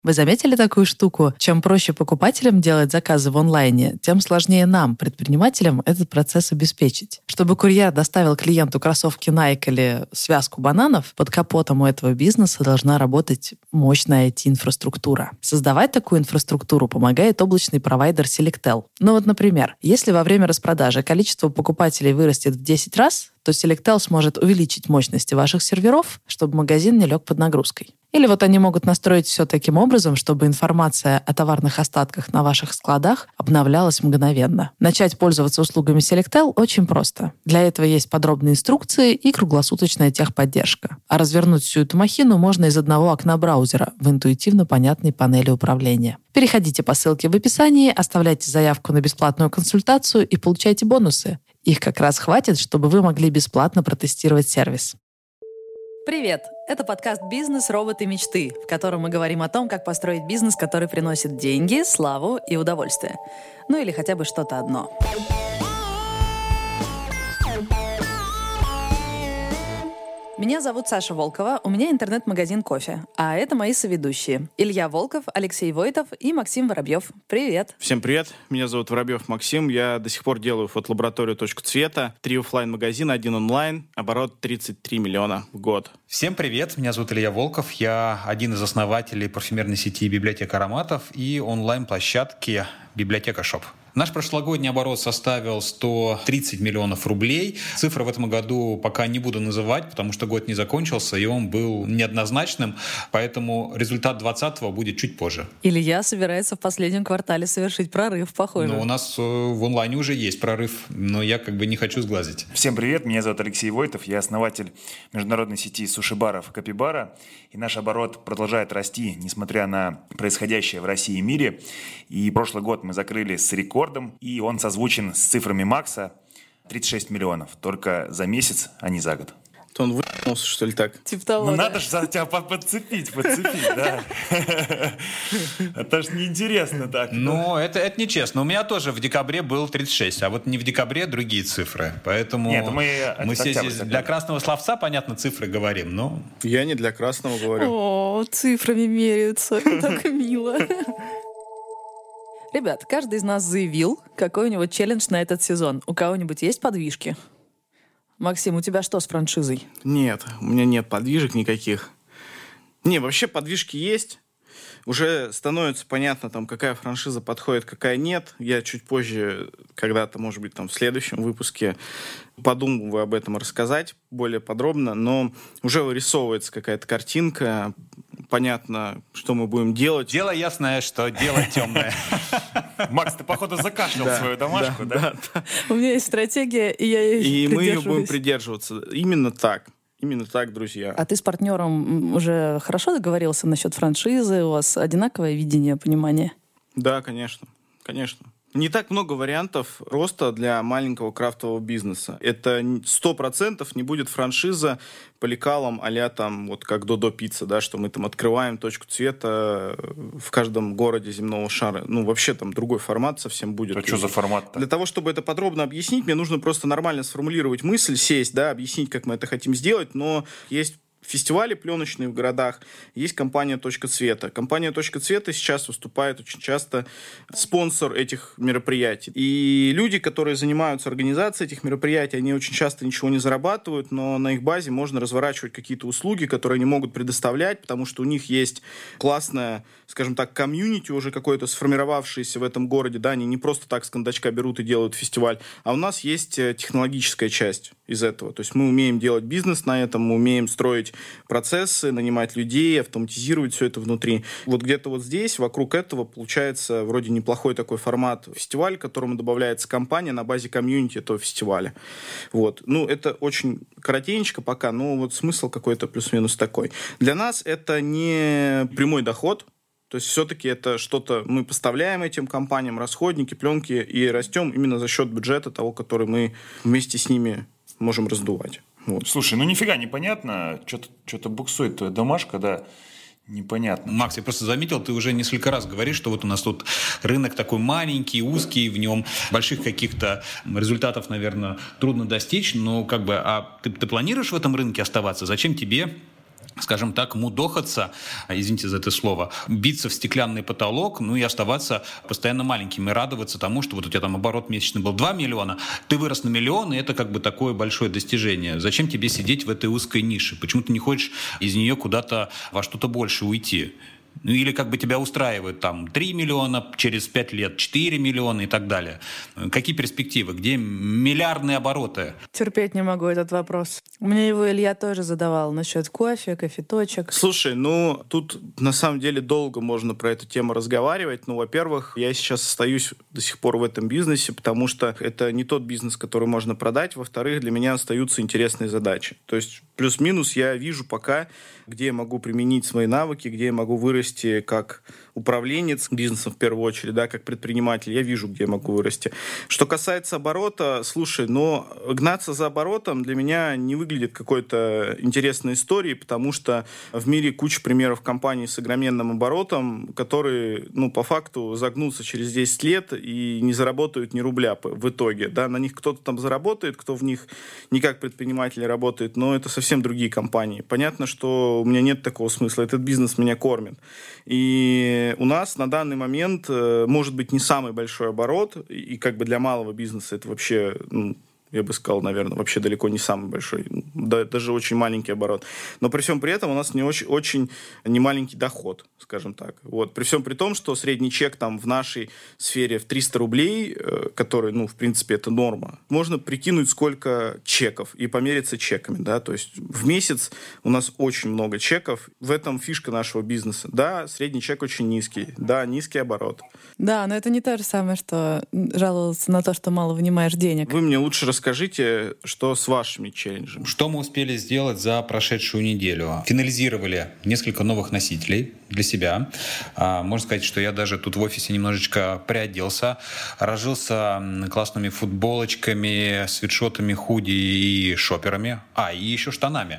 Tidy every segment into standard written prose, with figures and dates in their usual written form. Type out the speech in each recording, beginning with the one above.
Вы заметили такую штуку? Чем проще покупателям делать заказы в онлайне, тем сложнее нам, предпринимателям, этот процесс обеспечить. Чтобы курьер доставил клиенту кроссовки Nike или связку бананов, под капотом у этого бизнеса должна работать мощная IT-инфраструктура. Создавать такую инфраструктуру помогает облачный провайдер Selectel. Ну вот, например, если во время распродажи количество покупателей вырастет в 10 раз, то Selectel сможет увеличить мощности ваших серверов, чтобы магазин не лег под нагрузкой. Или вот они могут настроить все таким образом, чтобы информация о товарных остатках на ваших складах обновлялась мгновенно. Начать пользоваться услугами Selectel очень просто. Для этого есть подробные инструкции и круглосуточная техподдержка. А развернуть всю эту махину можно из одного окна браузера в интуитивно понятной панели управления. Переходите по ссылке в описании, оставляйте заявку на бесплатную консультацию и получайте бонусы. Их как раз хватит, чтобы вы могли бесплатно протестировать сервис. Привет! Это подкаст «Бизнес. Роботы. Мечты», в котором мы говорим о том, как построить бизнес, который приносит деньги, славу и удовольствие. Ну или хотя бы что-то одно. Меня зовут Саша Волкова, у меня интернет-магазин «Кофе». А это мои соведущие. Илья Волков, Алексей Войтов и Максим Воробьев. Привет! Всем привет! Меня зовут Воробьев Максим. Я до сих пор делаю фотолабораторию «Точка цвета». 3 офлайн-магазина, 1 онлайн. Оборот 33 миллиона в год. Всем привет! Меня зовут Илья Волков. Я один из основателей парфюмерной сети «Библиотека ароматов» и онлайн-площадки «Библиотека Шоп». Наш прошлогодний оборот составил 130 миллионов рублей. Цифры в этом году пока не буду называть, потому что год не закончился, и он был неоднозначным, поэтому результат 2020 будет чуть позже. Илья собирается в последнем квартале совершить прорыв, похоже. Но у нас в онлайне уже есть прорыв, но я не хочу сглазить. Всем привет, меня зовут Алексей Войтов, я основатель международной сети суши-баров «Капибара», и наш оборот продолжает расти, несмотря на происходящее в России и мире. И прошлый год мы закрыли с рекордом, и он созвучен с цифрами Макса 36 миллионов, только за месяц, а не за год. То он вынулся, что ли, так? Типа того, ну, надо же тебя подцепить, да. Это ж неинтересно так. Ну, это нечестно. У меня тоже в декабре был 36, а вот не в декабре другие цифры. Поэтому Нет, мы все здесь для красного словца, понятно, цифры говорим, но... Я не для красного говорю. О, цифрами меряются. Так мило. Ребят, каждый из нас заявил, какой у него челлендж на этот сезон. У кого-нибудь есть подвижки? Максим, у тебя что с франшизой? Нет, у меня нет подвижек никаких. Не, вообще подвижки есть. Уже становится понятно, там, какая франшиза подходит, какая нет. Я чуть позже, когда-то, может быть, там, в следующем выпуске подумываю об этом рассказать более подробно, но уже вырисовывается какая-то картинка, понятно, что мы будем делать. Дело ясное, что дело темное. Макс, ты, походу, закашлял свою домашку, да? У меня есть стратегия, и я ей придерживаюсь. И мы ее будем придерживаться. Именно так. Именно так, друзья. А ты с партнером уже хорошо договорился насчет франшизы? У вас одинаковое видение, понимание? Да, конечно. Конечно. Не так много вариантов роста для маленького крафтового бизнеса. Это 100% не будет франшиза по лекалам а-ля там, вот как Додо Пицца, да, что мы там открываем точку цвета в каждом городе земного шара. Ну, вообще там другой формат совсем будет. А что за формат-то? Для того, чтобы это подробно объяснить, мне нужно просто нормально сформулировать мысль, сесть, да, объяснить, как мы это хотим сделать, но есть фестивали пленочные в городах, есть компания «Точка цвета». Компания «Точка цвета» сейчас выступает очень часто спонсор этих мероприятий. И люди, которые занимаются организацией этих мероприятий, они очень часто ничего не зарабатывают, но на их базе можно разворачивать какие-то услуги, которые они могут предоставлять, потому что у них есть классная, скажем так, комьюнити уже какое-то сформировавшееся в этом городе. Да, они не просто так с кондачка берут и делают фестиваль, а у нас есть технологическая часть из этого. То есть мы умеем делать бизнес на этом, мы умеем строить процессы, нанимать людей, автоматизировать все это внутри. Вот где-то вот здесь, вокруг этого, получается вроде неплохой такой формат фестиваля, к которому добавляется компания на базе комьюнити этого фестиваля. Вот. Ну, это очень коротенько пока, но вот смысл какой-то плюс-минус такой. Для нас это не прямой доход, то есть все-таки это что-то мы поставляем этим компаниям, расходники, пленки, и растем именно за счет бюджета того, который мы вместе с ними можем раздувать. Вот. Слушай, ну нифига непонятно, что-то буксует твоя домашка, да, непонятно. Макс, я просто заметил, ты уже несколько раз говоришь, что вот у нас тут рынок такой маленький, узкий, в нем больших каких-то результатов, наверное, трудно достичь, но а ты планируешь в этом рынке оставаться? Зачем тебе скажем так, мудохаться, извините за это слово, биться в стеклянный потолок, и оставаться постоянно маленьким, и радоваться тому, что вот у тебя там оборот месячный был 2 миллиона, ты вырос на миллион, и это как бы такое большое достижение. Зачем тебе сидеть в этой узкой нише? Почему ты не хочешь из нее куда-то во что-то больше уйти? Или как бы тебя устраивают там 3 миллиона, через 5 лет 4 миллиона и так далее. Какие перспективы? Где миллиардные обороты? Терпеть не могу этот вопрос. Мне его Илья тоже задавал насчет кофе, кофеточек. Слушай, тут на самом деле долго можно про эту тему разговаривать. Во-первых, я сейчас остаюсь до сих пор в этом бизнесе, потому что это не тот бизнес, который можно продать. Во-вторых, для меня остаются интересные задачи. То есть плюс-минус я вижу пока, где я могу применить свои навыки, где я могу вырасти как управленец бизнесом в первую очередь, да, как предприниматель. Я вижу, где я могу вырасти. Что касается оборота, слушай, гнаться за оборотом для меня не выглядит какой-то интересной историей, потому что в мире куча примеров компаний с огроменным оборотом, которые, по факту загнутся через 10 лет и не заработают ни рубля в итоге. Да, на них кто-то там заработает, кто в них не как предприниматель работает, но это совсем другие компании. Понятно, что у меня нет такого смысла. Этот бизнес меня кормит. И у нас на данный момент может быть не самый большой оборот, и как бы для малого бизнеса это вообще, я бы сказал, наверное, вообще далеко не самый большой, даже очень маленький оборот. Но при всем при этом у нас очень не маленький доход, скажем так. Вот. При всем при том, что средний чек там в нашей сфере в 300 рублей, который, в принципе, это норма, можно прикинуть, сколько чеков и помериться чеками, да, то есть в месяц у нас очень много чеков, в этом фишка нашего бизнеса. Да, средний чек очень низкий, да, низкий оборот. Да, но это не то же самое, что жаловаться на то, что мало вынимаешь денег. Вы мне лучше расскажите, что с вашими челленджами. Что мы успели сделать за прошедшую неделю? Финализировали несколько новых носителей для себя. Можно сказать, что я даже тут в офисе немножечко приоделся, разжился классными футболочками, свитшотами, худи и шоперами, и еще штанами.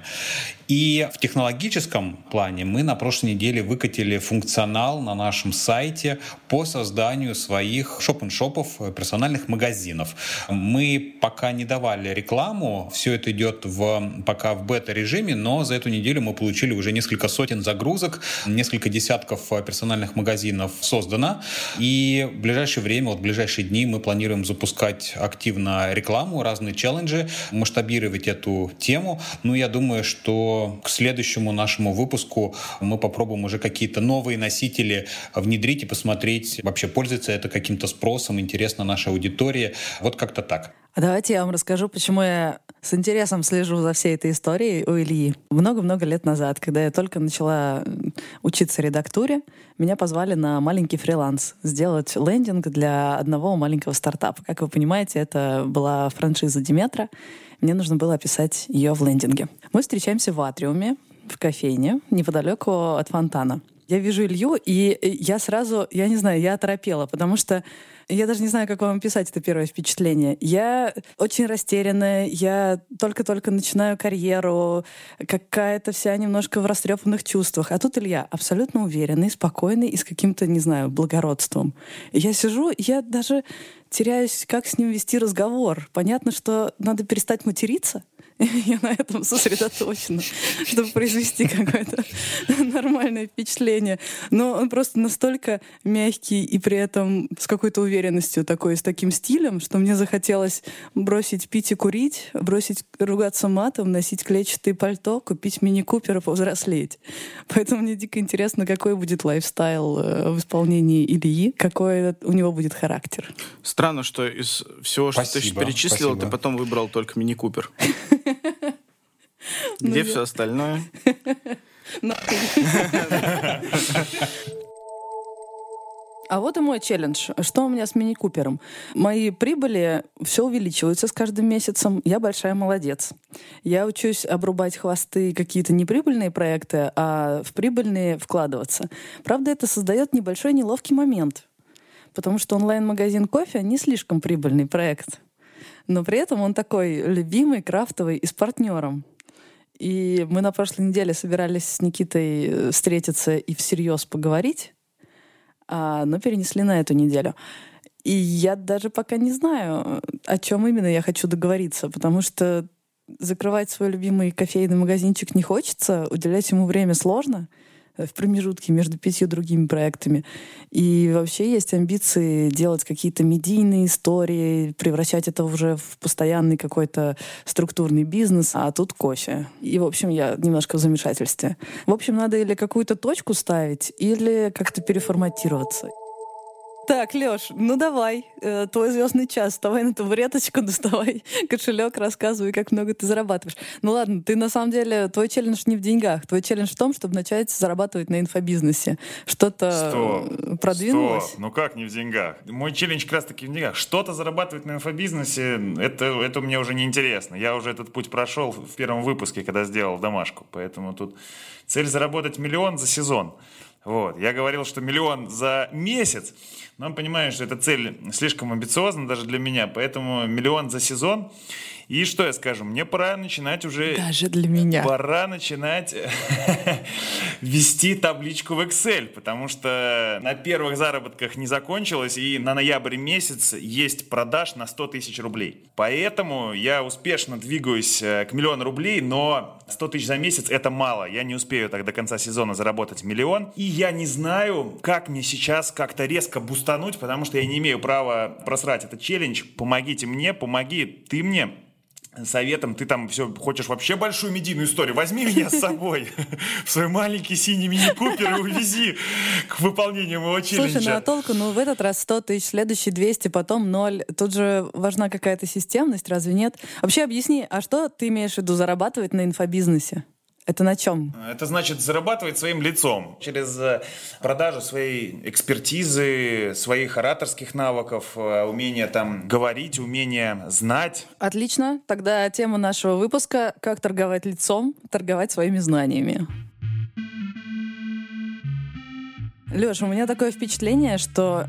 И в технологическом плане мы на прошлой неделе выкатили функционал на нашем сайте по созданию своих шоп-н-шопов, персональных магазинов. Мы пока не давали рекламу, все это идет пока в бета-режиме, но за эту неделю мы получили уже несколько сотен загрузок, несколько десятков персональных магазинов создано. И в ближайшее время, в ближайшие дни мы планируем запускать активно рекламу, разные челленджи, масштабировать эту тему. Я думаю, что к следующему нашему выпуску мы попробуем уже какие-то новые носители внедрить и посмотреть, вообще пользуется это каким-то спросом, интересно нашей аудитории. Вот как-то так. А давайте я вам расскажу, почему я с интересом слежу за всей этой историей у Ильи. Много-много лет назад, когда я только начала учиться редактуре, меня позвали на маленький фриланс сделать лендинг для одного маленького стартапа. Как вы понимаете, это была франшиза Диметра. Мне нужно было описать ее в лендинге. Мы встречаемся в атриуме, в кофейне, неподалеку от фонтана. Я вижу Илью, и я сразу, я не знаю, я оторопела, потому что я даже не знаю, как вам описать это первое впечатление. Я очень растерянная, я только-только начинаю карьеру, какая-то вся немножко в растрепанных чувствах. А тут Илья абсолютно уверенный, спокойный и с каким-то, не знаю, благородством. И я сижу, я даже теряюсь, как с ним вести разговор. Понятно, что надо перестать материться. Я на этом сосредоточена, чтобы произвести какое-то нормальное впечатление. Но он просто настолько мягкий и при этом с какой-то уверенностью такой, с таким стилем, что мне захотелось бросить пить и курить, бросить ругаться матом, носить клетчатое пальто, купить мини-купер и повзрослеть. Поэтому мне дико интересно, какой будет лайфстайл в исполнении Ильи, какой у него будет характер. Странно, что из всего, что ты перечислил, ты потом выбрал только мини-купер. Где все остальное? А вот и мой челлендж. Что у меня с мини-купером? Мои прибыли все увеличиваются с каждым месяцем. Я большая молодец. Я учусь обрубать хвосты какие-то неприбыльные проекты, а в прибыльные вкладываться. Правда, это создает небольшой неловкий момент. Потому что онлайн-магазин кофе не слишком прибыльный проект. Но при этом он такой любимый, крафтовый и с партнером. И мы на прошлой неделе собирались с Никитой встретиться и всерьез поговорить, но перенесли на эту неделю. И я даже пока не знаю, о чем именно я хочу договориться, потому что закрывать свой любимый кофейный магазинчик не хочется, уделять ему время сложно в промежутке между 5 другими проектами. И вообще есть амбиции делать какие-то медийные истории, превращать это уже в постоянный какой-то структурный бизнес, а тут кофе. И, в общем, я немножко в замешательстве. В общем, надо или какую-то точку ставить, или как-то переформатироваться. Так, Лёш, ну давай, твой звездный час. Вставай на табуреточку, доставай кошелек, рассказывай, как много ты зарабатываешь. Ну ладно, ты на самом деле, твой челлендж не в деньгах. Твой челлендж в том, чтобы начать зарабатывать на инфобизнесе. Что-то продвинулось? Ну как не в деньгах? Мой челлендж как раз таки в деньгах. Что-то зарабатывать на инфобизнесе, это мне уже не интересно. Я уже этот путь прошел в первом выпуске, когда сделал домашку. Поэтому тут цель заработать 1 миллион за сезон. Вот. Я говорил, что 1 миллион за месяц, но он понимает, что эта цель слишком амбициозна даже для меня, поэтому 1 миллион за сезон. И что я скажу? Мне пора начинать уже... Даже для меня. Пора начинать вести табличку в Excel, потому что на первых заработках не закончилось, и на ноябрь месяц есть продаж на 100 тысяч рублей. Поэтому я успешно двигаюсь к 1 миллиону рублей, но 100 тысяч за месяц — это мало. Я не успею так до конца сезона заработать 1 миллион. И я не знаю, как мне сейчас как-то резко бустануть, потому что я не имею права просрать этот челлендж. Помогите мне, помоги ты мне советом. Ты там все хочешь вообще большую медийную историю. Возьми меня с собой в свой маленький синий мини-купер и увези к выполнению моего челленджа. Слушай, ну а толку? Ну в этот раз 100 тысяч, следующий 200, потом 0. Тут же важна какая-то системность, разве нет? Вообще объясни, а что ты имеешь в виду зарабатывать на инфобизнесе? Это на чем? Это значит зарабатывать своим лицом через продажу своей экспертизы, своих ораторских навыков, умение там говорить, умение знать. Отлично. Тогда тема нашего выпуска — как торговать лицом, торговать своими знаниями. Лёш, у меня такое впечатление, что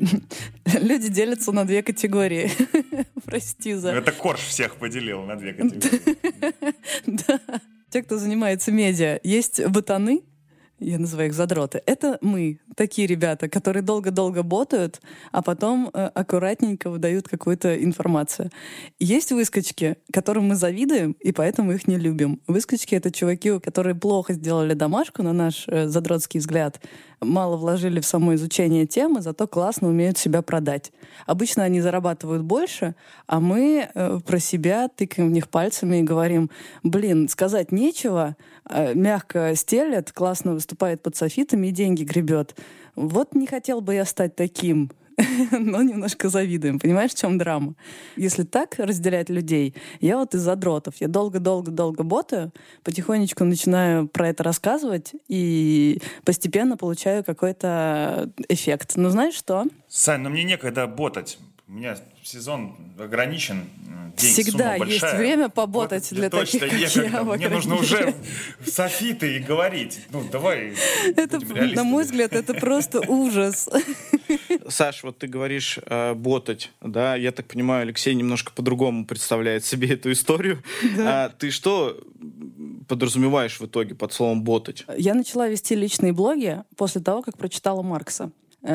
люди делятся на 2 категории. Прости за... Это Корж всех поделил на 2 категории. Да. Те, кто занимается медиа, есть ботаны, я называю их задроты. Это мы, такие ребята, которые долго-долго ботают, а потом аккуратненько выдают какую-то информацию. Есть выскочки, которым мы завидуем, и поэтому их не любим. Выскочки — это чуваки, которые плохо сделали домашку, на наш задротский взгляд, мало вложили в само изучение темы, зато классно умеют себя продать. Обычно они зарабатывают больше, а мы про себя тыкаем в них пальцами и говорим: блин, сказать нечего, мягко стелет, классно выступает под софитами и деньги гребет. Вот не хотел бы я стать таким. Но немножко завидуем. Понимаешь, в чем драма? Если так разделять людей, я вот из задротов. Я долго-долго-долго ботаю, потихонечку начинаю про это рассказывать и постепенно получаю какой-то эффект. Ну, знаешь что? Сань, ну мне некогда ботать. У меня сезон ограничен. Всегда есть время поботать для таких, как я. Мне нужно уже в софиты и говорить. Ну, давай. Это, на мой взгляд, это просто ужас. Саш, вот ты говоришь ботать, да? Я так понимаю, Алексей немножко по-другому представляет себе эту историю. Да. Ты что подразумеваешь в итоге под словом ботать? Я начала вести личные блоги после того, как прочитала Маркса.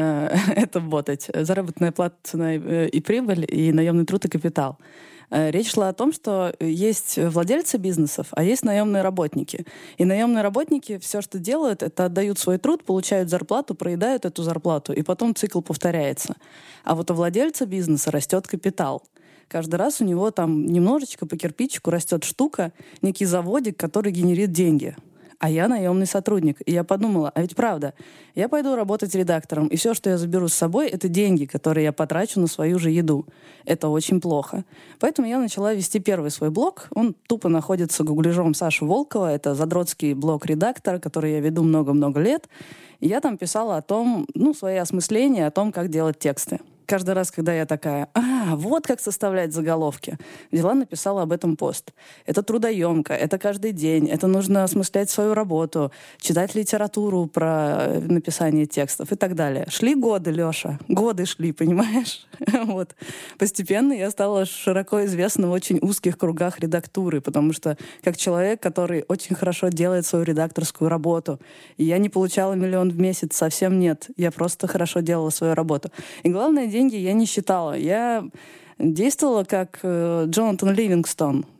Это ботать. Заработная плата, цена и прибыль, и наемный труд и капитал. Речь шла о том, что есть владельцы бизнесов, а есть наемные работники. И наемные работники все, что делают, это отдают свой труд, получают зарплату, проедают эту зарплату, и потом цикл повторяется. А вот у владельца бизнеса растет капитал. Каждый раз у него там немножечко по кирпичику растет штука, некий заводик, который генерит деньги. А я наемный сотрудник. И я подумала, а ведь правда, я пойду работать редактором, и все, что я заберу с собой, это деньги, которые я потрачу на свою же еду. Это очень плохо. Поэтому я начала вести первый свой блог. Он тупо находится гугляжом Саши Волкова. Это задротский блог-редактор, который я веду много-много лет. И я там писала о том, свои осмысления, о том, как делать тексты. Каждый раз, когда я такая, вот как составлять заголовки, взяла, написала об этом пост. Это трудоемко, это каждый день, это нужно осмыслять свою работу, читать литературу про написание текстов и так далее. Шли годы, Леша, годы шли, понимаешь? Вот. Постепенно я стала широко известна в очень узких кругах редактуры, потому что как человек, который очень хорошо делает свою редакторскую работу, и я не получала 1 миллион в месяц, совсем нет, я просто хорошо делала свою работу. И главное, деньги я не считала. Я действовала как Джонатан Ливингстон.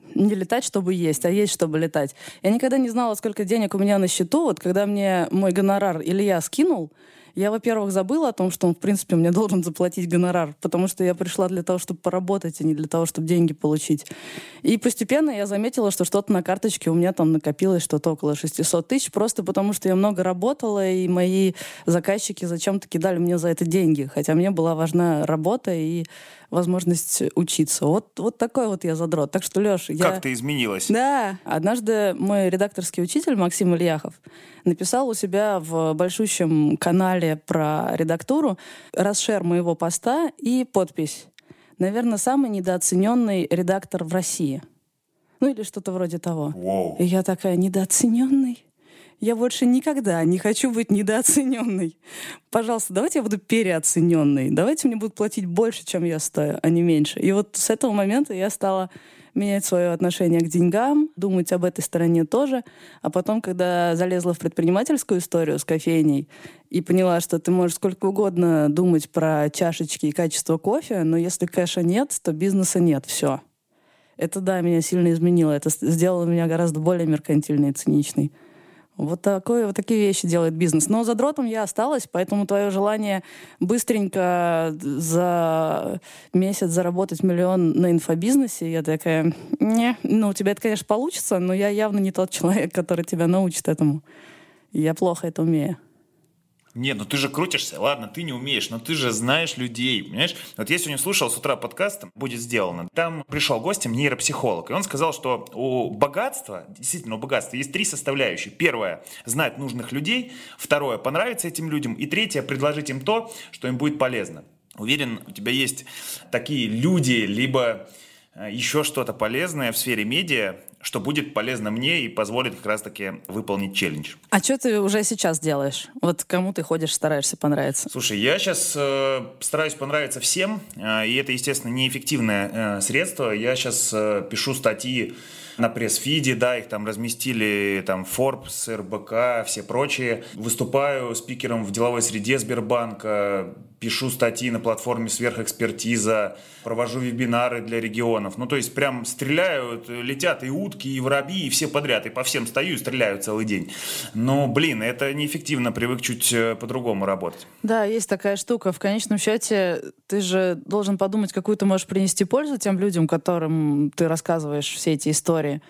не летать, чтобы есть, а есть, чтобы летать. Я никогда не знала, сколько денег у меня на счету. Вот когда мне мой гонорар Илья скинул, я, во-первых, забыла о том, что он, в принципе, мне должен заплатить гонорар, потому что я пришла для того, чтобы поработать, а не для того, чтобы деньги получить. И постепенно я заметила, что что-то на карточке у меня там накопилось, что-то около 600 тысяч, просто потому что я много работала, и мои заказчики зачем-то кидали мне за это деньги, хотя мне была важна работа и возможность учиться. Вот такой вот я задрот. Так что, Лёш, Как ты изменилась? Да. Однажды мой редакторский учитель Максим Ильяхов написал у себя в большущем канале про редактуру расшер моего поста и подпись: наверное, самый недооцененный редактор в России. Ну или что-то вроде того. Wow. И я такая: недооцененный? Я больше никогда не хочу быть недооцененной. Пожалуйста, давайте я буду переоцененной. Давайте мне будут платить больше, чем я стою, а не меньше. И вот с этого момента я стала менять свое отношение к деньгам, думать об этой стороне тоже. А потом, когда залезла в предпринимательскую историю с кофейней и поняла, что ты можешь сколько угодно думать про чашечки и качество кофе, но если кэша нет, то бизнеса нет. Все. Это, да, меня сильно изменило. Это сделало меня гораздо более меркантильной и циничной. Вот такие вещи делает бизнес. Но задротом я осталась, поэтому твое желание быстренько за месяц заработать 1 миллион на инфобизнесе, я такая: не, у тебя это, конечно, получится, но я явно не тот человек, который тебя научит этому. Я плохо это умею. Нет, ну ты же крутишься, ладно, ты не умеешь, но ты же знаешь людей, понимаешь? Вот я сегодня слушал с утра подкаст «Будет сделано». Там пришел гостем нейропсихолог, и он сказал, что у богатства, действительно у богатства, есть 3 составляющие. Первое – знать нужных людей. Второе – понравиться этим людям. И третье – предложить им то, что им будет полезно. Уверен, у тебя есть такие люди, либо еще что-то полезное в сфере медиа, что будет полезно мне и позволит как раз-таки выполнить челлендж. А что ты уже сейчас делаешь? Вот кому ты ходишь, стараешься понравиться? Слушай, я сейчас стараюсь понравиться всем, и это, естественно, неэффективное средство. Я сейчас пишу статьи на пресс-фиде, да, их там разместили, там, Forbes, РБК, все прочие. Выступаю спикером в деловой среде Сбербанка, пишу статьи на платформе «Сверхэкспертиза», провожу вебинары для регионов. Ну, то есть прям стреляют, летят и утки, и воробьи, и все подряд. И по всем стою и стреляю целый день. Но, блин, это неэффективно, привык чуть по-другому работать. Да, есть такая штука. В конечном счете ты же должен подумать, какую ты можешь принести пользу тем людям, которым ты рассказываешь все эти истории.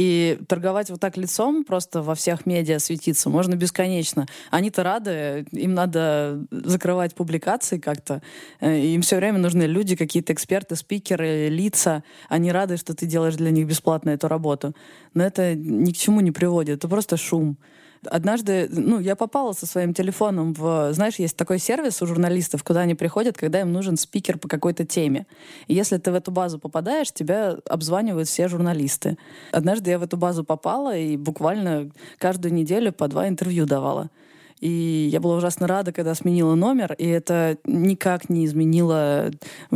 И торговать вот так лицом, просто во всех медиа светиться, можно бесконечно. Они-то рады, им надо закрывать публикации как-то. Им все время нужны люди, какие-то эксперты, спикеры, лица. Они рады, что ты делаешь для них бесплатно эту работу. Но это ни к чему не приводит. Это просто шум. Однажды, я попала со своим телефоном в... Знаешь, есть такой сервис у журналистов, куда они приходят, когда им нужен спикер по какой-то теме. И если ты в эту базу попадаешь, тебя обзванивают все журналисты. Однажды я в эту базу попала и буквально каждую неделю по 2 интервью давала. И я была ужасно рада, когда сменила номер, и это никак не изменило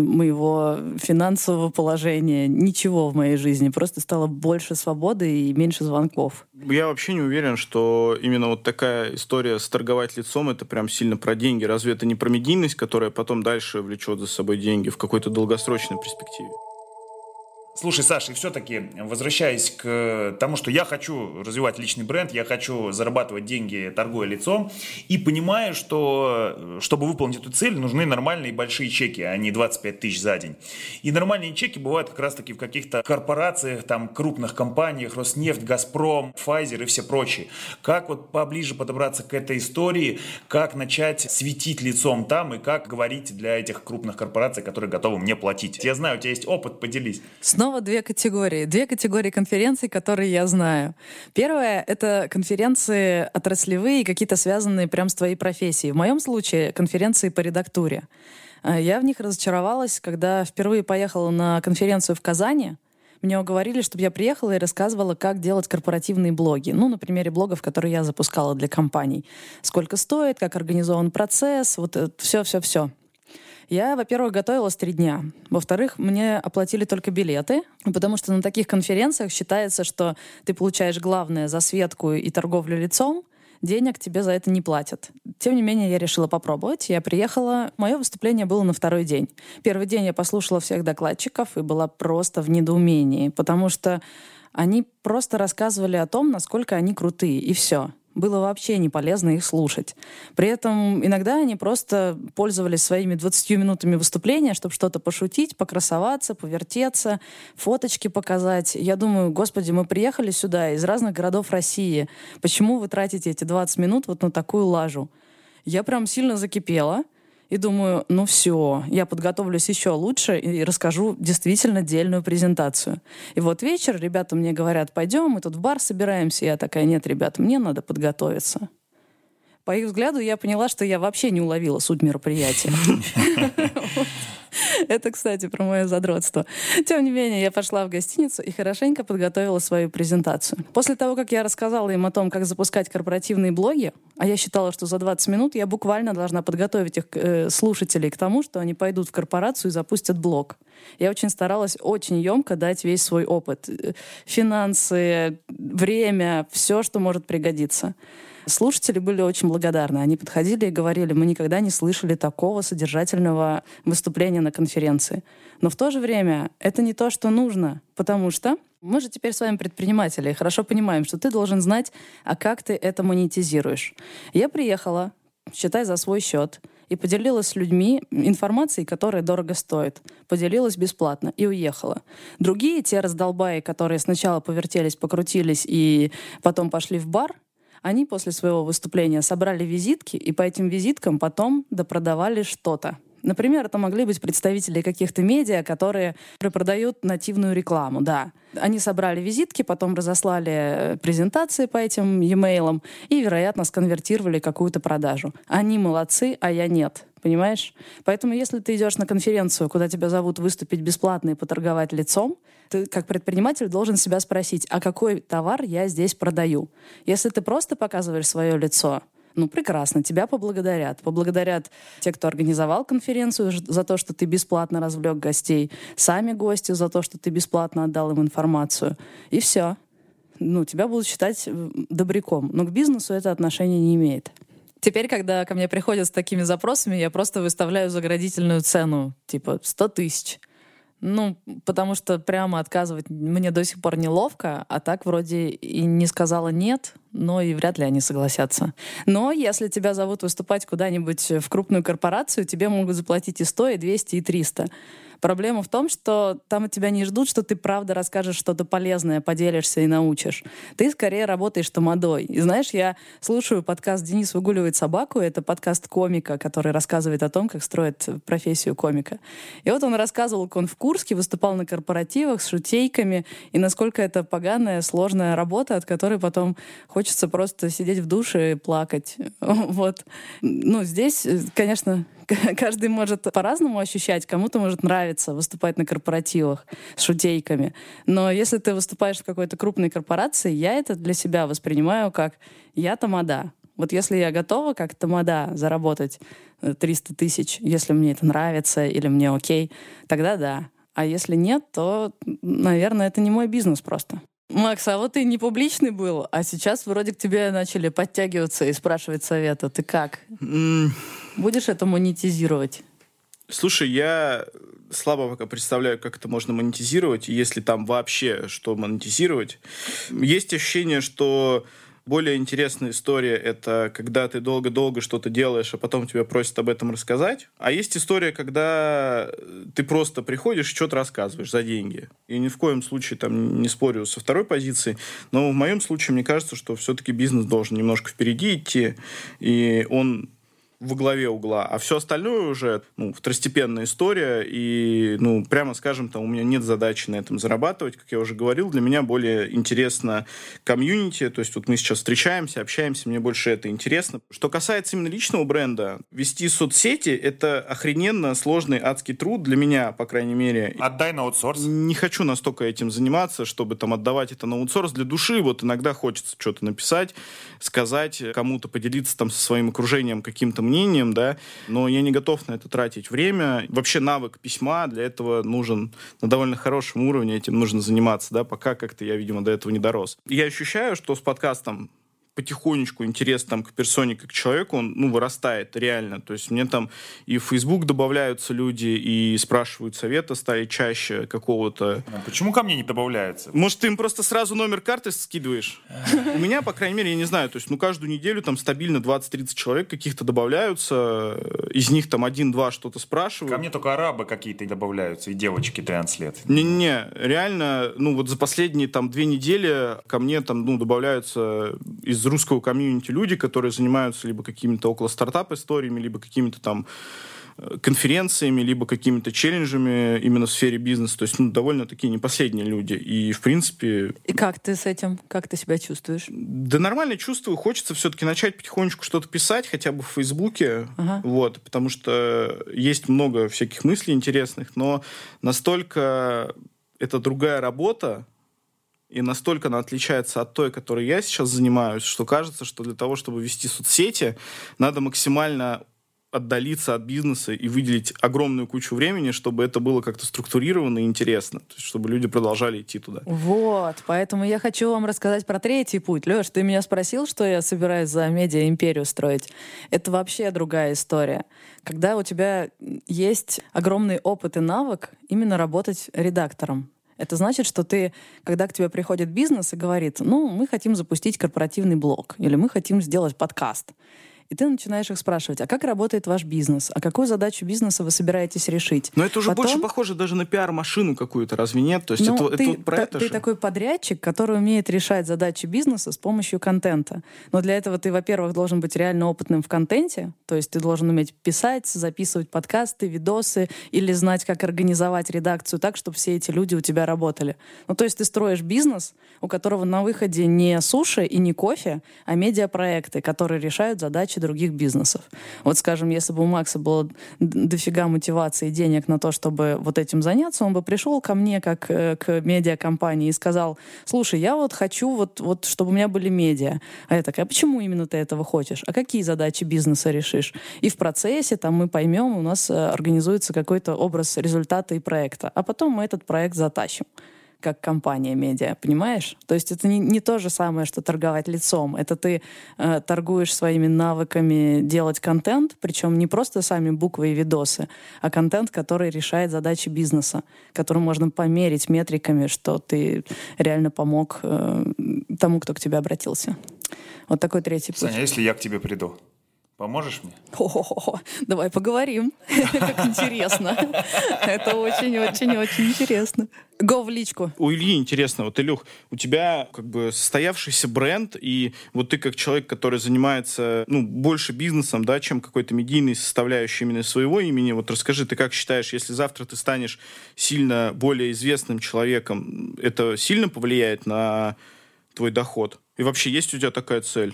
моего финансового положения, ничего в моей жизни. Просто стало больше свободы и меньше звонков. Я вообще не уверен, что именно вот такая история с торговать лицом — это прям сильно про деньги. Разве это не про медийность, которая потом дальше влечет за собой деньги в какой-то долгосрочной перспективе? Слушай, Саша, и все-таки, возвращаясь к тому, что я хочу развивать личный бренд, я хочу зарабатывать деньги, торгуя лицом, и понимаю, что, чтобы выполнить эту цель, нужны нормальные большие чеки, а не 25 тысяч за день. И нормальные чеки бывают как раз-таки в каких-то корпорациях, там, крупных компаниях, Роснефть, Газпром, Pfizer и все прочие. Как вот поближе подобраться к этой истории, как начать светить лицом там, и как говорить для этих крупных корпораций, которые готовы мне платить? Я знаю, у тебя есть опыт, поделись. Снова 2 категории. 2 категории конференций, которые я знаю. Первое — это конференции отраслевые, какие-то связанные прям с твоей профессией. В моем случае конференции по редактуре. Я в них разочаровалась, когда впервые поехала на конференцию в Казани. Мне уговорили, чтобы я приехала и рассказывала, как делать корпоративные блоги. На примере блогов, которые я запускала для компаний. Сколько стоит, как организован процесс, вот все-все-все. Я, во-первых, готовилась 3 дня. Во-вторых, мне оплатили только билеты, потому что на таких конференциях считается, что ты получаешь главное — засветку и торговлю лицом, денег тебе за это не платят. Тем не менее, я решила попробовать. Я приехала. Мое выступление было на второй день. Первый день я послушала всех докладчиков и была просто в недоумении, потому что они просто рассказывали о том, насколько они крутые, и все. Было вообще не полезно их слушать. При этом иногда они просто пользовались своими 20 минутами выступления, чтобы что-то пошутить, покрасоваться, повертеться, фоточки показать. Я думаю, господи, мы приехали сюда из разных городов России. Почему вы тратите эти 20 минут вот на такую лажу? Я прям сильно закипела. И думаю, ну все, я подготовлюсь еще лучше и расскажу действительно дельную презентацию. И вот вечер, ребята мне говорят, пойдем, мы тут в бар собираемся. Я такая, нет, ребята, мне надо подготовиться. По их взгляду я поняла, что я вообще не уловила суть мероприятия. Это, кстати, про мое задротство. Тем не менее, я пошла в гостиницу и хорошенько подготовила свою презентацию. После того, как я рассказала им о том, как запускать корпоративные блоги, а я считала, что за 20 минут я буквально должна подготовить их слушателей к тому, что они пойдут в корпорацию и запустят блог. Я очень старалась очень емко дать весь свой опыт. Финансы, время, все, что может пригодиться. Слушатели были очень благодарны. Они подходили и говорили, мы никогда не слышали такого содержательного выступления на конференции. Но в то же время это не то, что нужно, потому что мы же теперь с вами предприниматели и хорошо понимаем, что ты должен знать, а как ты это монетизируешь. Я приехала, считай, за свой счет, и поделилась с людьми информацией, которая дорого стоит. Поделилась бесплатно и уехала. Другие, те раздолбаи, которые сначала повертелись, покрутились и потом пошли в бар, они после своего выступления собрали визитки и по этим визиткам потом допродавали что-то. Например, это могли быть представители каких-то медиа, которые продают нативную рекламу, да. Они собрали визитки, потом разослали презентации по этим e-mail'ам и, вероятно, сконвертировали какую-то продажу. Они молодцы, а я нет. Понимаешь? Поэтому если ты идешь на конференцию, куда тебя зовут выступить бесплатно и поторговать лицом, ты как предприниматель должен себя спросить, а какой товар я здесь продаю? Если ты просто показываешь свое лицо, ну, прекрасно, тебя поблагодарят. Поблагодарят те, кто организовал конференцию, за то, что ты бесплатно развлек гостей, сами гости за то, что ты бесплатно отдал им информацию. И все. Ну, тебя будут считать добряком. Но к бизнесу это отношения не имеет. Теперь, когда ко мне приходят с такими запросами, я просто выставляю заградительную цену, типа 100 тысяч. Ну, потому что прямо отказывать мне до сих пор неловко, а так вроде и не сказала «нет», но и вряд ли они согласятся. Но если тебя зовут выступать куда-нибудь в крупную корпорацию, тебе могут заплатить и 100, и 200, и 300. Проблема в том, что там от тебя не ждут, что ты правда расскажешь что-то полезное, поделишься и научишь. Ты скорее работаешь тамадой. И знаешь, я слушаю подкаст «Денис выгуливает собаку». Это подкаст комика, который рассказывает о том, как строят профессию комика. И вот он рассказывал, как он в Курске выступал на корпоративах с шутейками, и насколько это поганая, сложная работа, от которой потом хочется просто сидеть в душе и плакать. Вот. Ну, здесь, конечно, каждый может по-разному ощущать. Кому-то может нравиться выступать на корпоративах с шутейками. Но если ты выступаешь в какой-то крупной корпорации, я это для себя воспринимаю как «я тамада». Вот если я готова как тамада заработать 300 тысяч, если мне это нравится или мне окей, тогда да. А если нет, то, наверное, это не мой бизнес просто. Макс, а вот ты не публичный был, а сейчас вроде к тебе начали подтягиваться и спрашивать совета. Ты как? Будешь это монетизировать? Слушай, я слабо пока представляю, как это можно монетизировать, и если там вообще что монетизировать. Есть ощущение, что более интересная история — это когда ты долго-долго что-то делаешь, а потом тебя просят об этом рассказать. А есть история, когда ты просто приходишь и что-то рассказываешь за деньги. И ни в коем случае там не спорю со второй позицией, но в моем случае мне кажется, что все-таки бизнес должен немножко впереди идти, и он во главе угла, а все остальное уже второстепенная история, и, прямо скажем, там у меня нет задачи на этом зарабатывать, как я уже говорил, для меня более интересно комьюнити, то есть вот мы сейчас встречаемся, общаемся, мне больше это интересно. Что касается именно личного бренда, вести соцсети — это охрененно сложный адский труд для меня, по крайней мере. Отдай на аутсорс. Не хочу настолько этим заниматься, чтобы там отдавать это на аутсорс. Для души вот иногда хочется что-то написать, сказать кому-то, поделиться там со своим окружением каким-то мнением, да, но я не готов на это тратить время. Вообще навык письма для этого нужен на довольно хорошем уровне, этим нужно заниматься, да, пока как-то я, видимо, до этого не дорос. Я ощущаю, что с подкастом потихонечку интерес там к персоне, как к человеку, он, вырастает реально. То есть мне там и в Facebook добавляются люди, и спрашивают совета стали чаще какого-то. А почему ко мне не добавляются? Может, ты им просто сразу номер карты скидываешь? У меня, по крайней мере, я не знаю, то есть, каждую неделю там стабильно 20-30 человек каких-то добавляются, из них там 1-2 что-то спрашивают. Ко мне только арабы какие-то добавляются, и девочки 13 лет. Не-не, реально, вот за последние там 2 недели ко мне там, добавляются из русского комьюнити люди, которые занимаются либо какими-то около стартап-историями, либо какими-то там конференциями, либо какими-то челленджами именно в сфере бизнеса. То есть, довольно такие не последние люди. И, в принципе... И как ты с этим? Как ты себя чувствуешь? Да нормально чувствую. Хочется все-таки начать потихонечку что-то писать, хотя бы в Фейсбуке. Ага. Потому что есть много всяких мыслей интересных, но настолько это другая работа, и настолько она отличается от той, которой я сейчас занимаюсь, что кажется, что для того, чтобы вести соцсети, надо максимально отдалиться от бизнеса и выделить огромную кучу времени, чтобы это было как-то структурировано и интересно, то есть, чтобы люди продолжали идти туда. Вот, поэтому я хочу вам рассказать про третий путь. Лёш, ты меня спросил, что я собираюсь за медиа-империю строить. Это вообще другая история. Когда у тебя есть огромный опыт и навык именно работать редактором. Это значит, что ты, когда к тебе приходит бизнес и говорит, мы хотим запустить корпоративный блог, или мы хотим сделать подкаст. И ты начинаешь их спрашивать, а как работает ваш бизнес? А какую задачу бизнеса вы собираетесь решить? Но это уже больше похоже даже на пиар-машину какую-то, разве нет? То есть ты такой подрядчик, который умеет решать задачи бизнеса с помощью контента. Но для этого ты, во-первых, должен быть реально опытным в контенте, то есть ты должен уметь писать, записывать подкасты, видосы или знать, как организовать редакцию так, чтобы все эти люди у тебя работали. То есть ты строишь бизнес, у которого на выходе не суши и не кофе, а медиапроекты, которые решают задачи других бизнесов. Вот, скажем, если бы у Макса было дофига мотивации и денег на то, чтобы вот этим заняться, он бы пришел ко мне как к медиакомпании и сказал, слушай, я хочу, чтобы у меня были медиа. А я такая, почему именно ты этого хочешь? А какие задачи бизнеса решишь? И в процессе там мы поймем, у нас организуется какой-то образ результата и проекта. А потом мы этот проект затащим как компания медиа, понимаешь? То есть это не то же самое, что торговать лицом. Это ты торгуешь своими навыками делать контент, причем не просто сами буквы и видосы, а контент, который решает задачи бизнеса, который можно померить метриками, что ты реально помог тому, кто к тебе обратился. Вот такой третий путь. Саня, если я к тебе приду, поможешь мне? Давай поговорим. Как интересно. Это очень-очень-очень интересно. Го в личку. У Ильи интересно. Илюх, у тебя состоявшийся бренд, и ты как человек, который занимается больше бизнесом, да, чем какой-то медийной составляющей именно своего имени. Расскажи, ты как считаешь, если завтра ты станешь сильно более известным человеком, это сильно повлияет на твой доход? И вообще, есть у тебя такая цель?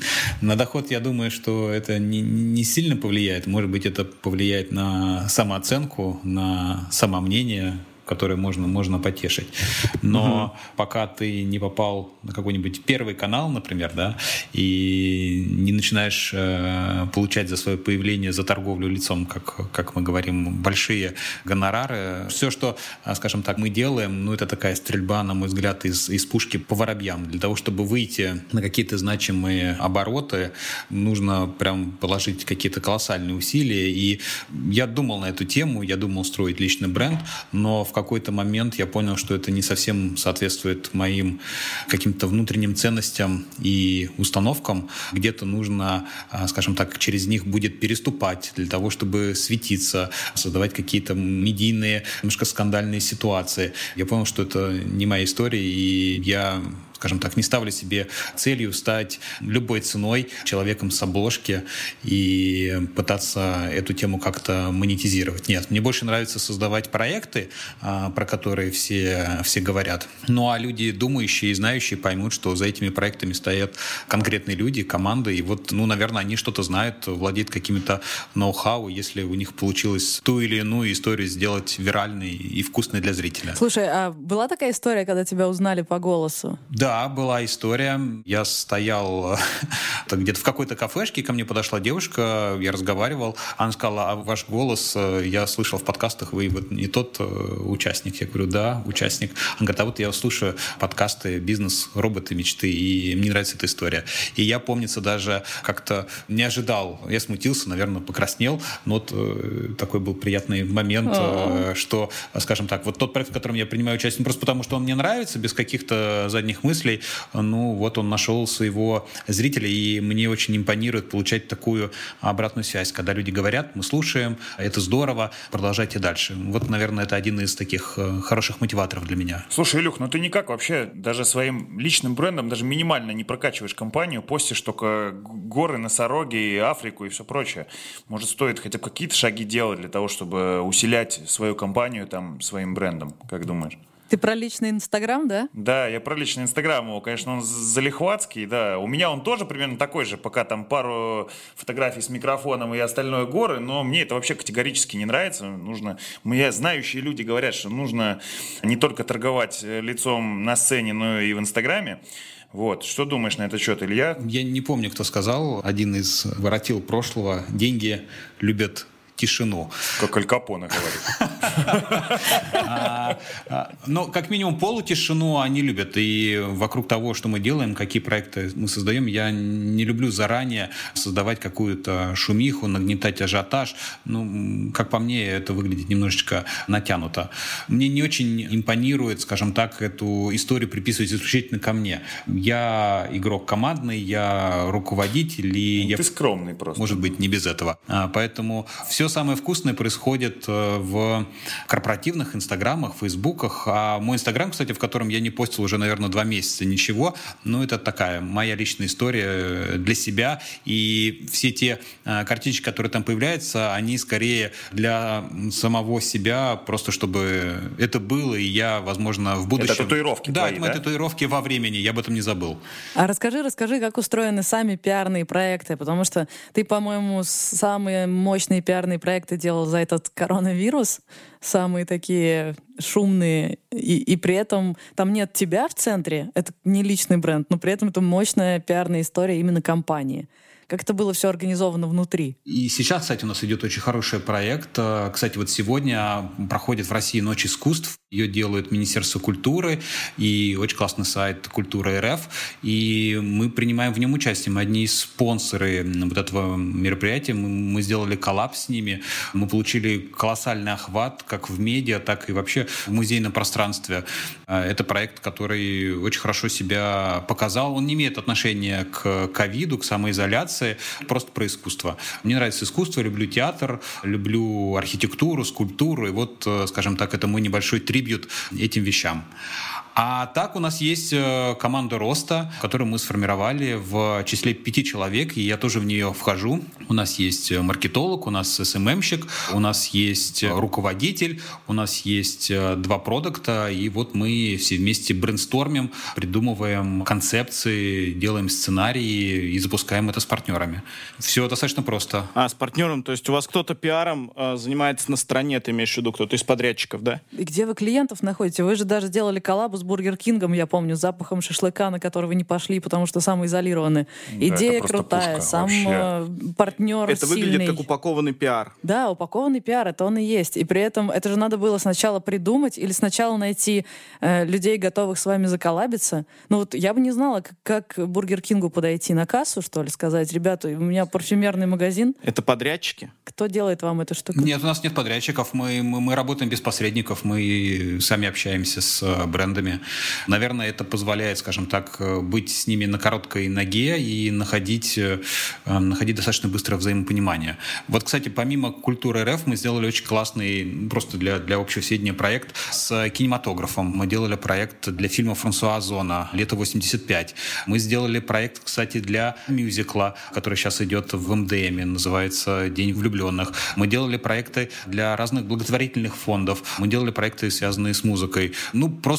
На доход, я думаю, что это не сильно повлияет. Может быть, это повлияет на самооценку, на самомнение, которое можно потешить. Но пока ты не попал на какой-нибудь первый канал, например, да, и не начинаешь получать за свое появление, за торговлю лицом, как мы говорим, большие гонорары, все, что, скажем так, мы делаем, это такая стрельба, на мой взгляд, из пушки по воробьям. Для того, чтобы выйти на какие-то значимые обороты, нужно прям положить какие-то колоссальные усилия. И я думал на эту тему, я думал строить личный бренд, но в какой-то момент я понял, что это не совсем соответствует моим каким-то внутренним ценностям и установкам. Где-то нужно, скажем так, через них будет переступать для того, чтобы светиться, создавать какие-то медийные, немножко скандальные ситуации. Я понял, что это не моя история, и я, скажем так, не ставлю себе целью стать любой ценой человеком с обложки и пытаться эту тему как-то монетизировать. Нет, мне больше нравится создавать проекты, про которые все говорят. Ну а люди, думающие и знающие, поймут, что за этими проектами стоят конкретные люди, команды, и наверное, они что-то знают, владеют какими-то ноу-хау, если у них получилось ту или иную историю сделать виральной и вкусной для зрителя. Слушай, а была такая история, когда тебя узнали по голосу? Да, Да, была история. Я стоял где-то в какой-то кафешке, ко мне подошла девушка, я разговаривал, она сказала: а ваш голос я слышал в подкастах, вы вот не тот участник. Я говорю: да, участник. Она говорит: а вот я слушаю подкасты «Бизнес, роботы, мечты», и мне нравится эта история. И я, помнится, даже как-то не ожидал, я смутился, наверное, покраснел, но вот такой был приятный момент, что, скажем так, вот тот проект, в котором я принимаю участие, просто потому что он мне нравится, без каких-то задних мыслей, ну вот он нашел своего зрителя, и мне очень импонирует получать такую обратную связь, когда люди говорят: мы слушаем, это здорово, продолжайте дальше. Вот, наверное, это один из таких хороших мотиваторов для меня. Слушай, Илюх, ну ты никак вообще даже своим личным брендом даже минимально не прокачиваешь компанию, постишь только горы, носороги, и Африку и все прочее. Может, стоит хотя бы какие-то шаги делать для того, чтобы усилять свою компанию там своим брендом? Как думаешь? Ты про личный Инстаграм, да? Да, я про личный Инстаграм его, конечно, он залихватский, да. У меня он тоже примерно такой же, пока там пару фотографий с микрофоном и остальное горы, но мне это вообще категорически не нравится. Знающие люди говорят, что нужно не только торговать лицом на сцене, но и в Инстаграме. Вот. Что думаешь на этот счет, Илья? Я не помню, кто сказал. Один из воротил прошлого: деньги любят тишину. Как Аль Капоне говорит. Но как минимум полутишину они любят. И вокруг того, что мы делаем, какие проекты мы создаем, я не люблю заранее создавать какую-то шумиху, нагнетать ажиотаж. Ну, как по мне, это выглядит немножечко натянуто. Мне не очень импонирует, скажем так, эту историю приписывать исключительно ко мне. Я игрок командный, я руководитель. И ты скромный просто. Может быть, не без этого. Поэтому все самое вкусное происходит в корпоративных инстаграмах, фейсбуках. А мой инстаграм, кстати, в котором я не постил уже, наверное, 2 месяца ничего, ну, это такая моя личная история для себя. И все те картинки, которые там появляются, они скорее для самого себя, просто чтобы это было, и я, возможно, в будущем... Это татуировки твои, да? Это татуировки во времени, я об этом не забыл. А расскажи, как устроены сами пиарные проекты, потому что ты, по-моему, самые мощные пиарные проекты делал за этот коронавирус, самые такие шумные, и при этом там нет тебя в центре, это не личный бренд, но при этом это мощная пиарная история именно компании. Как это было все организовано внутри? И сейчас, кстати, у нас идет очень хороший проект. Кстати, вот сегодня проходит в России Ночь искусств. Ее делает Министерство культуры и очень классный сайт Культура РФ. И мы принимаем в нем участие. Мы одни из спонсоры вот этого мероприятия. Мы сделали коллаб с ними. Мы получили колоссальный охват как в медиа, так и вообще в музейном пространстве. Это проект, который очень хорошо себя показал. Он не имеет отношения к ковиду, к самоизоляции, просто про искусство. Мне нравится искусство, люблю театр, люблю архитектуру, скульптуру. И вот, скажем так, это мой небольшой трибьют этим вещам. А так у нас есть команда роста, которую мы сформировали в числе 5 человек, и я тоже в нее вхожу. У нас есть маркетолог, у нас СММщик, у нас есть руководитель, у нас есть 2 продукта, и вот мы все вместе брейнстормим, придумываем концепции, делаем сценарии и запускаем это с партнерами. Все достаточно просто. А с партнером, то есть у вас кто-то пиаром занимается на стороне, ты имеешь в виду, кто-то из подрядчиков, да? И где вы клиентов находите? Вы же даже делали коллабу с Бургер Кингом, я помню, с запахом шашлыка, на который вы не пошли, потому что самоизолированы. Да, идея крутая, сам партнер это сильный. Выглядит как упакованный пиар. Да, упакованный пиар, это он и есть. И при этом это же надо было сначала придумать или сначала найти людей, готовых с вами заколлабиться. Ну вот я бы не знала, как Бургер Кингу подойти на кассу, что ли, сказать: ребята, у меня парфюмерный магазин. Это подрядчики? Кто делает вам эту штуку? Нет, у нас нет подрядчиков, мы работаем без посредников, мы сами общаемся с брендами. Наверное, это позволяет, скажем так, быть с ними на короткой ноге и находить достаточно быстрое взаимопонимание. Вот, кстати, помимо Культуры РФ мы сделали очень классный, просто для общего сведения, проект с кинематографом. Мы делали проект для фильма Франсуа Озона «Лето 85». Мы сделали проект, кстати, для мюзикла, который сейчас идет в МДМе, называется «День влюбленных». Мы делали проекты для разных благотворительных фондов. Мы делали проекты, связанные с музыкой. Ну, просто потому,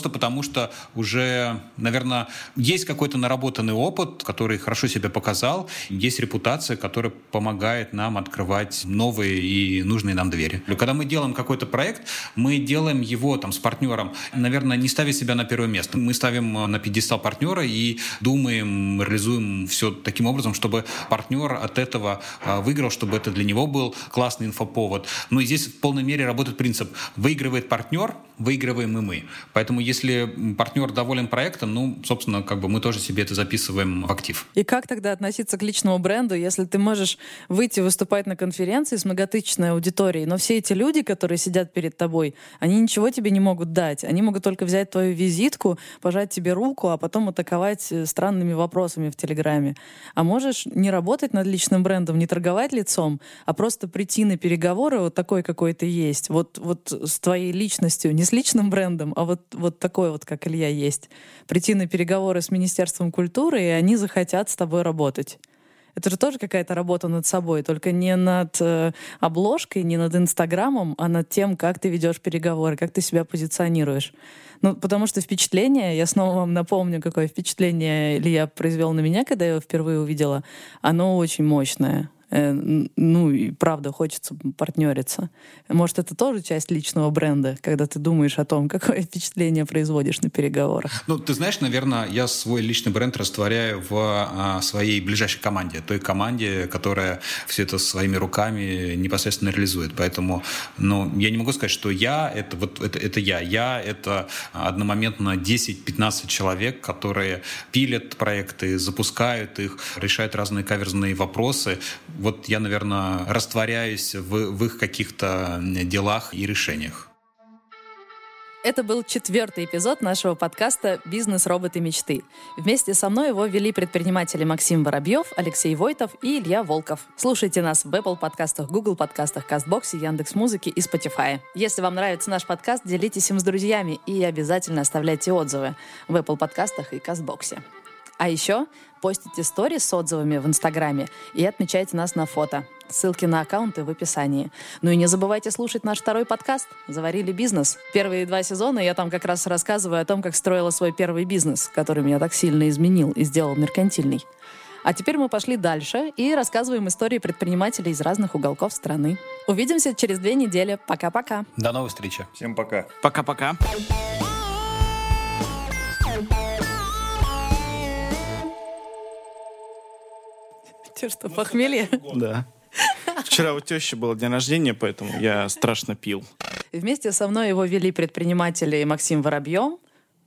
что уже, наверное, есть какой-то наработанный опыт, который хорошо себя показал, есть репутация, которая помогает нам открывать новые и нужные нам двери. Когда мы делаем какой-то проект, мы делаем его с партнером, наверное, не ставя себя на первое место. Мы ставим на пьедестал партнера и думаем, реализуем все таким образом, чтобы партнер от этого выиграл, чтобы это для него был классный инфоповод. Ну и здесь в полной мере работает принцип: выигрывает партнер, выигрываем и мы. Поэтому если партнер доволен проектом, собственно, мы тоже себе это записываем в актив. И как тогда относиться к личному бренду, если ты можешь выйти выступать на конференции с многотысячной аудиторией, но все эти люди, которые сидят перед тобой, они ничего тебе не могут дать. Они могут только взять твою визитку, пожать тебе руку, а потом атаковать странными вопросами в Телеграме. А можешь не работать над личным брендом, не торговать лицом, а просто прийти на переговоры вот такой, какой ты есть. Вот с твоей личностью, не с личным брендом, а вот такой вот, как Илья есть. Прийти на переговоры с Министерством культуры, и они захотят с тобой работать. Это же тоже какая-то работа над собой, только не над обложкой, не над Инстаграмом, а над тем, как ты ведешь переговоры, как ты себя позиционируешь. Потому что впечатление, я снова вам напомню, какое впечатление Илья произвел на меня, когда я его впервые увидела, оно очень мощное. И правда, хочется партнериться. Может, это тоже часть личного бренда, когда ты думаешь о том, какое впечатление производишь на переговорах? Ты знаешь, наверное, я свой личный бренд растворяю в своей ближайшей команде, той команде, которая все это своими руками непосредственно реализует. Поэтому, я не могу сказать, что я — это я. Я — это одномоментно 10-15 человек, которые пилят проекты, запускают их, решают разные каверзные вопросы. Я, наверное, растворяюсь в их каких-то делах и решениях. Это был 4-й эпизод нашего подкаста «Бизнес, роботы, мечты». Вместе со мной его вели предприниматели Максим Воробьев, Алексей Войтов и Илья Волков. Слушайте нас в Apple подкастах, Google подкастах, Кастбоксе, Яндекс.Музыке и Spotify. Если вам нравится наш подкаст, делитесь им с друзьями и обязательно оставляйте отзывы в Apple подкастах и Кастбоксе. А еще постите сторис с отзывами в Инстаграме и отмечайте нас на фото. Ссылки на аккаунты в описании. И не забывайте слушать наш 2-й подкаст «Заварили бизнес». Первые 2 сезона я там как раз рассказываю о том, как строила свой первый бизнес, который меня так сильно изменил и сделал меркантильный. А теперь мы пошли дальше и рассказываем истории предпринимателей из разных уголков страны. Увидимся через 2 недели. Пока-пока. До новых встреч. Всем пока. Пока-пока. Ты что, похмелье? Да. Вчера у тещи был день рождения, поэтому я страшно пил. Вместе со мной его вели предприниматели Максим Воробьев.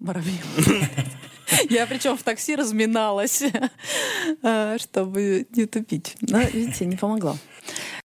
Я причем в такси разминалась, чтобы не тупить. Но, видите, не помогло.